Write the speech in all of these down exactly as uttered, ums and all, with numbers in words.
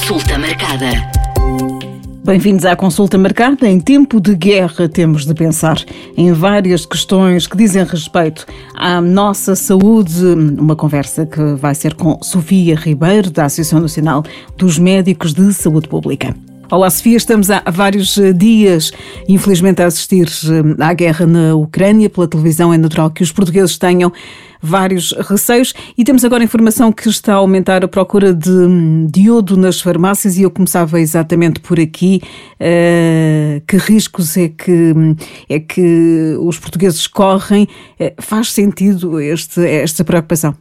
Consulta marcada. Bem-vindos à Consulta Marcada. Em tempo de guerra temos de pensar em várias questões que dizem respeito à nossa saúde. Uma conversa que vai ser com Sofia Ribeiro, da Associação Nacional dos Médicos de Saúde Pública. Olá, Sofia. Estamos há vários dias, infelizmente, a assistir à guerra na Ucrânia. Pela televisão é natural que os portugueses tenham vários receios e temos agora informação que está a aumentar a procura de, de iodo nas farmácias e eu começava exatamente por aqui. Uh, que riscos é que, é que os portugueses correm? Uh, faz sentido este, esta preocupação?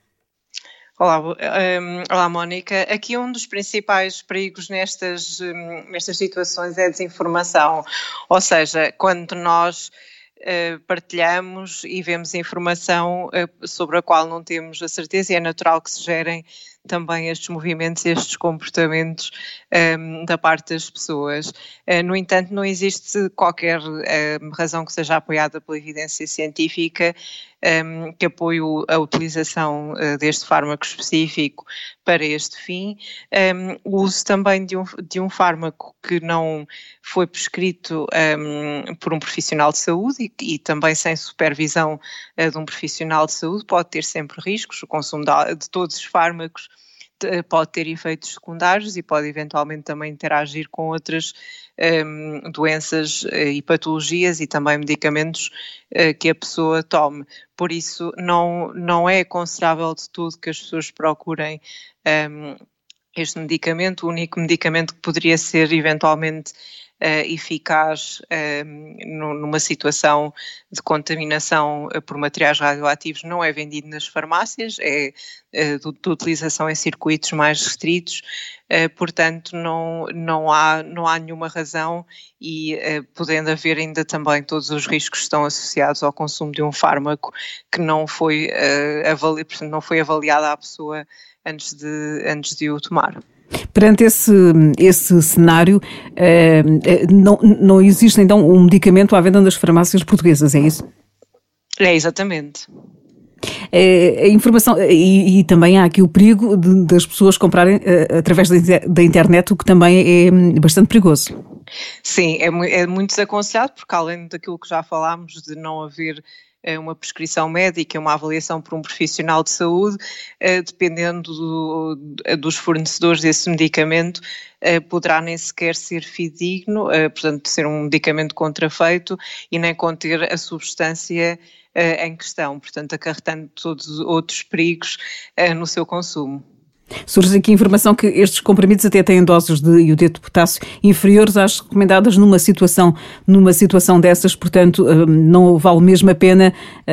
Olá, um, olá Mónica. Aqui um dos principais perigos nestas, um, nestas situações é a desinformação, ou seja, quando nós uh, partilhamos e vemos informação uh, sobre a qual não temos a certeza, e é natural que se gerem também estes movimentos, estes comportamentos um, da parte das pessoas. Uh, no entanto, não existe qualquer uh, razão que seja apoiada pela evidência científica um, que apoie a utilização uh, deste fármaco específico para este fim. Um, o uso também de um, de um fármaco que não foi prescrito um, por um profissional de saúde e, e também sem supervisão uh, de um profissional de saúde pode ter sempre riscos. O consumo de, de todos os fármacos pode ter efeitos secundários e pode eventualmente também interagir com outras um, doenças uh, e patologias e também medicamentos uh, que a pessoa tome. Por isso não, não é aconselhável de tudo que as pessoas procurem um, este medicamento. O único medicamento que poderia ser eventualmente Uh, eficaz uh, numa situação de contaminação uh, por materiais radioativos não é vendido nas farmácias, é uh, de, de utilização em circuitos mais restritos, uh, portanto não, não, há, não há nenhuma razão e uh, podendo haver ainda também todos os riscos que estão associados ao consumo de um fármaco que não foi, uh, avali- portanto, não foi avaliado à pessoa antes de, antes de o tomar. Perante esse, esse cenário, eh, não, não existe então um medicamento à venda nas farmácias portuguesas, é isso? É, exatamente. É, a informação, e, e também há aqui o perigo de, das pessoas comprarem uh, através da, da internet, o que também é bastante perigoso. Sim, é, é muito desaconselhado, porque além daquilo que já falámos de não haver uma prescrição médica, uma avaliação por um profissional de saúde, dependendo do, dos fornecedores desse medicamento, poderá nem sequer ser fidedigno, portanto ser um medicamento contrafeito e nem conter a substância em questão, portanto acarretando todos os outros perigos no seu consumo. Surge aqui a informação que estes comprimidos até têm doses de iodeto de potássio inferiores às recomendadas numa situação, numa situação dessas, portanto não vale mesmo a pena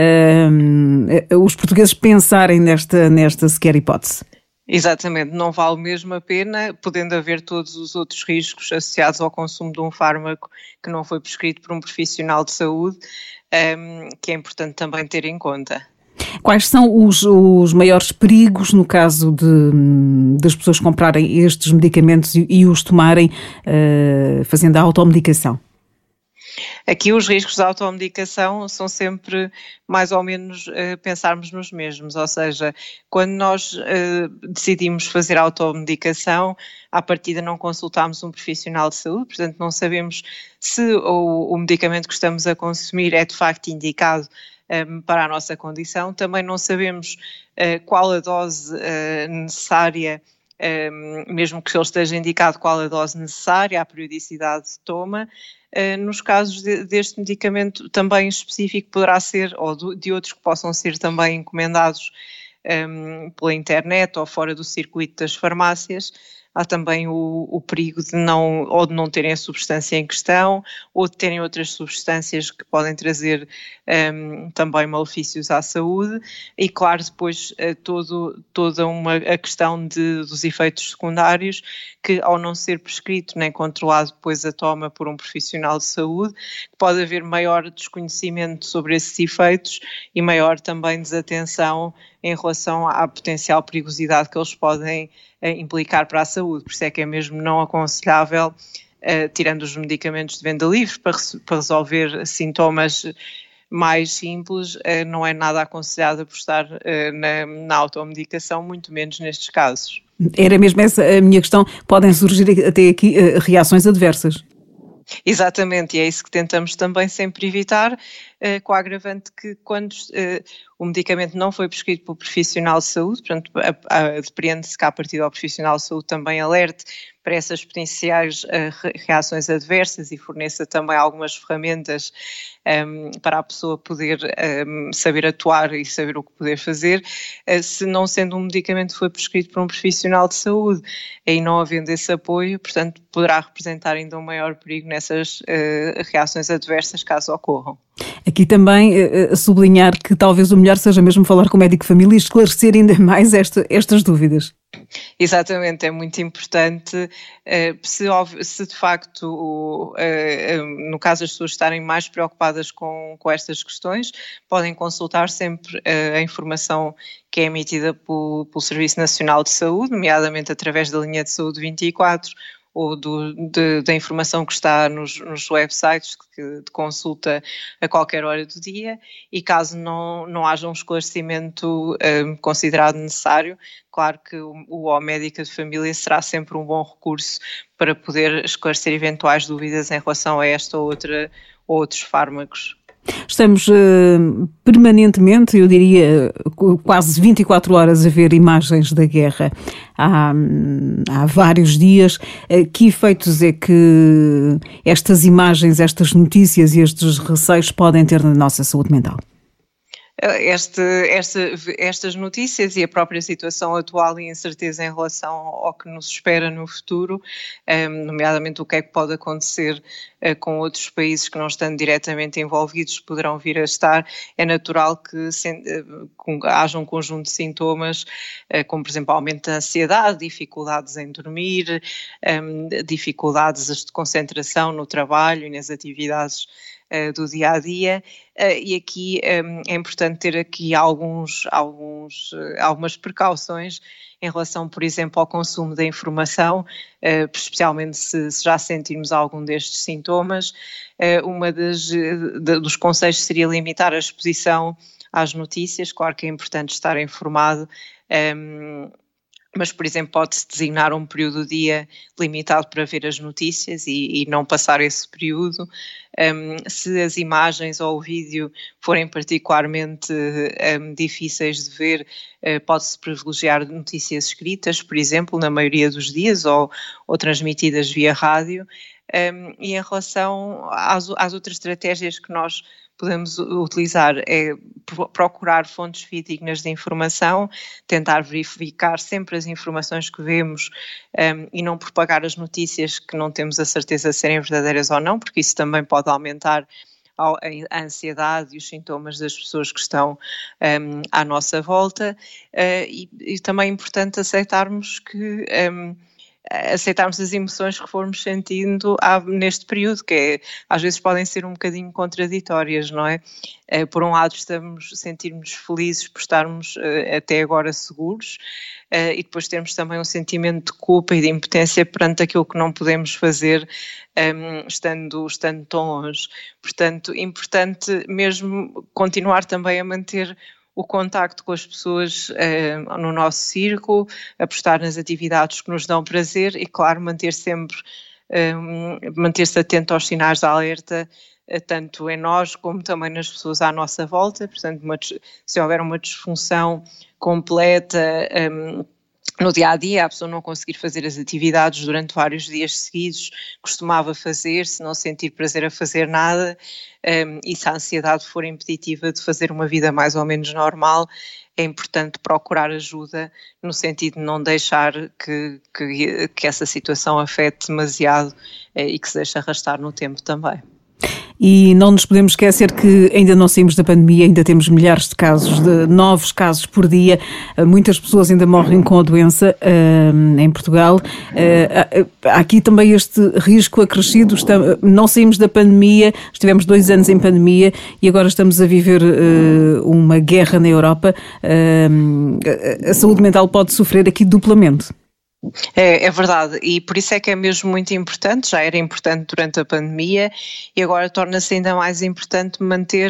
uh, os portugueses pensarem nesta, nesta sequer hipótese. Exatamente, não vale mesmo a pena, podendo haver todos os outros riscos associados ao consumo de um fármaco que não foi prescrito por um profissional de saúde, um, que é importante também ter em conta. Quais são os, os maiores perigos no caso de, das pessoas comprarem estes medicamentos e, e os tomarem uh, fazendo a automedicação? Aqui os riscos da automedicação são sempre mais ou menos uh, pensarmos nos mesmos, ou seja, quando nós uh, decidimos fazer a automedicação, à partida não consultamos um profissional de saúde, portanto não sabemos se o, o medicamento que estamos a consumir é de facto indicado um, para a nossa condição, também não sabemos uh, qual a dose uh, necessária, um, mesmo que ele esteja indicado qual a dose necessária, a periodicidade de toma. Uh, nos casos de, deste medicamento também específico poderá ser, ou do, de outros que possam ser também encomendados um, pela internet ou fora do circuito das farmácias, há também o, o perigo de não, ou de não terem a substância em questão, ou de terem outras substâncias que podem trazer um, também malefícios à saúde, e claro, depois uh, todo, toda uma, a questão de, dos efeitos secundários, que ao não ser prescrito nem controlado depois a toma por um profissional de saúde, pode haver maior desconhecimento sobre esses efeitos e maior também desatenção em relação à potencial perigosidade que eles podem uh, implicar para a saúde. Por isso é que é mesmo não aconselhável, uh, tirando os medicamentos de venda livre, para, para resolver sintomas mais simples, uh, não é nada aconselhado apostar uh, na, na automedicação, muito menos nestes casos. Era mesmo essa a minha questão. Podem surgir até aqui uh, reações adversas. Exatamente, e é isso que tentamos também sempre evitar, uh, com a agravante que quando uh, o medicamento não foi prescrito pelo profissional de saúde, portanto, depreende-se que a partir do profissional de saúde também alerte para essas potenciais uh, reações adversas e forneça também algumas ferramentas um, para a pessoa poder um, saber atuar e saber o que poder fazer. Uh, se não sendo um medicamento que foi prescrito por um profissional de saúde e não havendo esse apoio, portanto, poderá representar ainda um maior perigo nessas uh, reações adversas caso ocorram. Aqui também uh, sublinhar que talvez o melhor seja mesmo falar com o médico de família e esclarecer ainda mais esta, estas dúvidas. Exatamente, é muito importante, uh, se, se de facto, uh, uh, no caso as pessoas estarem mais preocupadas com, com estas questões, podem consultar sempre uh, a informação que é emitida pelo, pelo Serviço Nacional de Saúde, nomeadamente através da linha de saúde vinte e quatro, ou do, de, da informação que está nos, nos websites de, de consulta a qualquer hora do dia, e caso não, não haja um esclarecimento um, considerado necessário, claro que o, o médico de família será sempre um bom recurso para poder esclarecer eventuais dúvidas em relação a esta ou outra, ou outros fármacos. Estamos uh, permanentemente, eu diria quase vinte e quatro horas a ver imagens da guerra há, há vários dias. Uh, que efeitos é que estas imagens, estas notícias e estes receios podem ter na nossa saúde mental? Este, esta, estas notícias e a própria situação atual e incerteza em relação ao que nos espera no futuro, nomeadamente o que é que pode acontecer com outros países que não estando diretamente envolvidos poderão vir a estar, é natural que haja um conjunto de sintomas, como por exemplo aumento da ansiedade, dificuldades em dormir, dificuldades de concentração no trabalho e nas atividades do dia a dia, e aqui é importante ter aqui alguns, alguns, algumas precauções em relação, por exemplo, ao consumo da informação, especialmente se, se já sentirmos algum destes sintomas. Uma das, dos conselhos seria limitar a exposição às notícias, claro que é importante estar informado, mas, por exemplo, pode-se designar um período do dia limitado para ver as notícias e, e não passar esse período. Um, se as imagens ou o vídeo forem particularmente um, difíceis de ver, uh, pode-se privilegiar notícias escritas, por exemplo, na maioria dos dias, ou, ou transmitidas via rádio. Um, e em relação às, às outras estratégias que nós podemos utilizar, é procurar fontes fidedignas de informação, tentar verificar sempre as informações que vemos um, e não propagar as notícias que não temos a certeza de serem verdadeiras ou não, porque isso também pode aumentar a ansiedade e os sintomas das pessoas que estão um, à nossa volta, uh, e, e também é importante aceitarmos que um, aceitarmos as emoções que formos sentindo neste período, que é, às vezes podem ser um bocadinho contraditórias, não é? Por um lado estamos, sentirmos felizes por estarmos até agora seguros, e depois termos também um sentimento de culpa e de impotência perante aquilo que não podemos fazer estando, estando tão longe. Portanto, importante mesmo continuar também a manter o contacto com as pessoas uh, no nosso círculo, apostar nas atividades que nos dão prazer e, claro, manter sempre, um, manter-se atento aos sinais de alerta, uh, tanto em nós como também nas pessoas à nossa volta. Portanto, uma, se houver uma disfunção completa um, no dia-a-dia, a pessoa não conseguir fazer as atividades durante vários dias seguidos, costumava fazer, se não sentir prazer a fazer nada, um, e se a ansiedade for impeditiva de fazer uma vida mais ou menos normal, é importante procurar ajuda no sentido de não deixar que, que, que essa situação afete demasiado eh, e que se deixe arrastar no tempo também. E não nos podemos esquecer que ainda não saímos da pandemia, ainda temos milhares de casos, de novos casos por dia, muitas pessoas ainda morrem com a doença uh, em Portugal. Uh, há aqui também este risco acrescido, estamos, não saímos da pandemia, estivemos dois anos em pandemia e agora estamos a viver uh, uma guerra na Europa. Uh, a saúde mental pode sofrer aqui duplamente. É, é verdade, e por isso é que é mesmo muito importante, já era importante durante a pandemia e agora torna-se ainda mais importante manter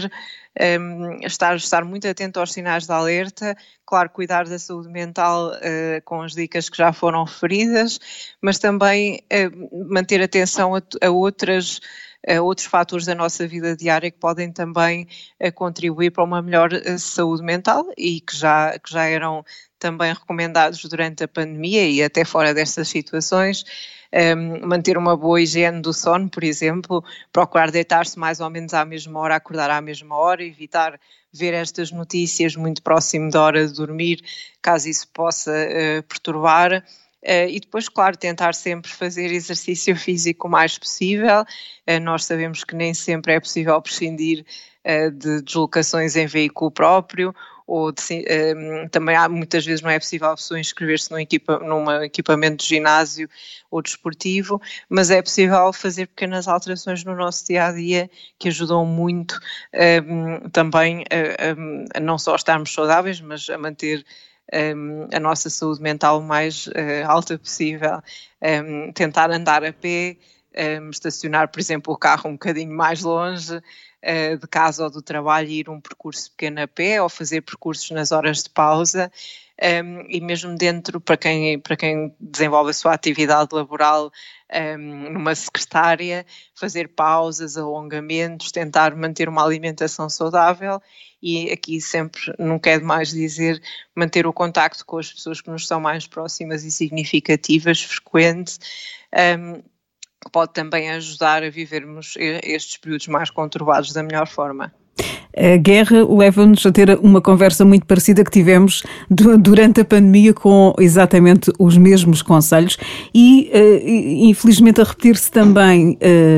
um, estar, estar muito atento aos sinais de alerta, claro, cuidar da saúde mental uh, com as dicas que já foram referidas, mas também uh, manter atenção a, a outras Uh, outros fatores da nossa vida diária que podem também uh, contribuir para uma melhor uh, saúde mental e que já, que já eram também recomendados durante a pandemia e até fora destas situações. Um, manter uma boa higiene do sono, por exemplo, procurar deitar-se mais ou menos à mesma hora, acordar à mesma hora, evitar ver estas notícias muito próximo da hora de dormir, caso isso possa uh, perturbar. Uh, e depois, claro, tentar sempre fazer exercício físico o mais possível. Uh, nós sabemos que nem sempre é possível prescindir uh, de deslocações em veículo próprio, ou de, uh, também há, muitas vezes não é possível a pessoa inscrever-se num, equipa, num equipamento de ginásio ou desportivo, mas é possível fazer pequenas alterações no nosso dia-a-dia que ajudam muito uh, também a, a, a não só estarmos saudáveis, mas a manter Um, a nossa saúde mental o mais uh, alta possível, um, tentar andar a pé, um, estacionar, por exemplo, o carro um bocadinho mais longe uh, de casa ou do trabalho e ir um percurso pequeno a pé ou fazer percursos nas horas de pausa. Um, e mesmo dentro, para quem, para quem desenvolve a sua atividade laboral um, numa secretária, fazer pausas, alongamentos, tentar manter uma alimentação saudável e aqui sempre, nunca é demais dizer, manter o contacto com as pessoas que nos são mais próximas e significativas, frequente, um, que pode também ajudar a vivermos estes períodos mais conturbados da melhor forma. A guerra leva-nos a ter uma conversa muito parecida que tivemos durante a pandemia com exatamente os mesmos conselhos e, infelizmente, a repetir-se também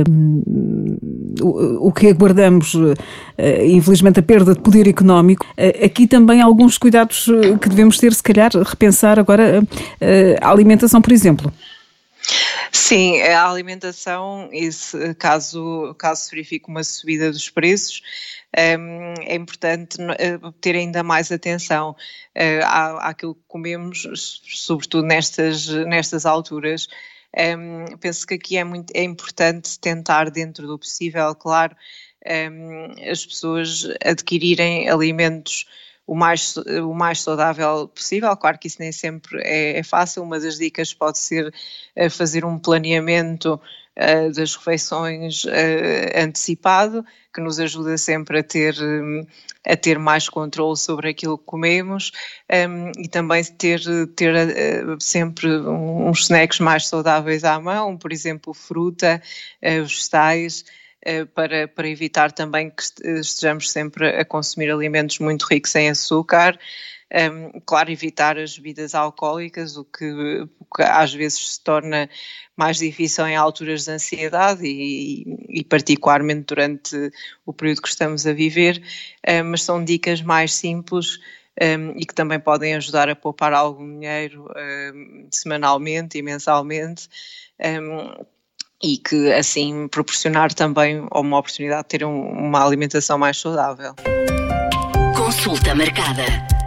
o que aguardamos, infelizmente, a perda de poder económico. Aqui também há alguns cuidados que devemos ter, se calhar, repensar agora a alimentação, por exemplo. Sim, a alimentação, esse, caso, caso se verifique uma subida dos preços, um, é importante ter ainda mais atenção uh, à, àquilo que comemos, sobretudo nestas, nestas alturas. Um, penso que aqui é, muito, é importante tentar, dentro do possível, claro, um, as pessoas adquirirem alimentos o mais, o mais saudável possível. Claro que isso nem sempre é, é fácil. Uma das dicas pode ser uh, fazer um planeamento uh, das refeições uh, antecipado, que nos ajuda sempre a ter, um, a ter mais controle sobre aquilo que comemos, um, e também ter, ter uh, sempre uns snacks mais saudáveis à mão, por exemplo, fruta, uh, vegetais, Para, para evitar também que estejamos sempre a consumir alimentos muito ricos em açúcar. Um, claro, evitar as bebidas alcoólicas, o que, o que às vezes se torna mais difícil em alturas de ansiedade e, e particularmente durante o período que estamos a viver, um, mas são dicas mais simples um, e que também podem ajudar a poupar algum dinheiro um, semanalmente e mensalmente, um, e que assim proporcionar também uma oportunidade de ter um, uma alimentação mais saudável. Consulta marcada.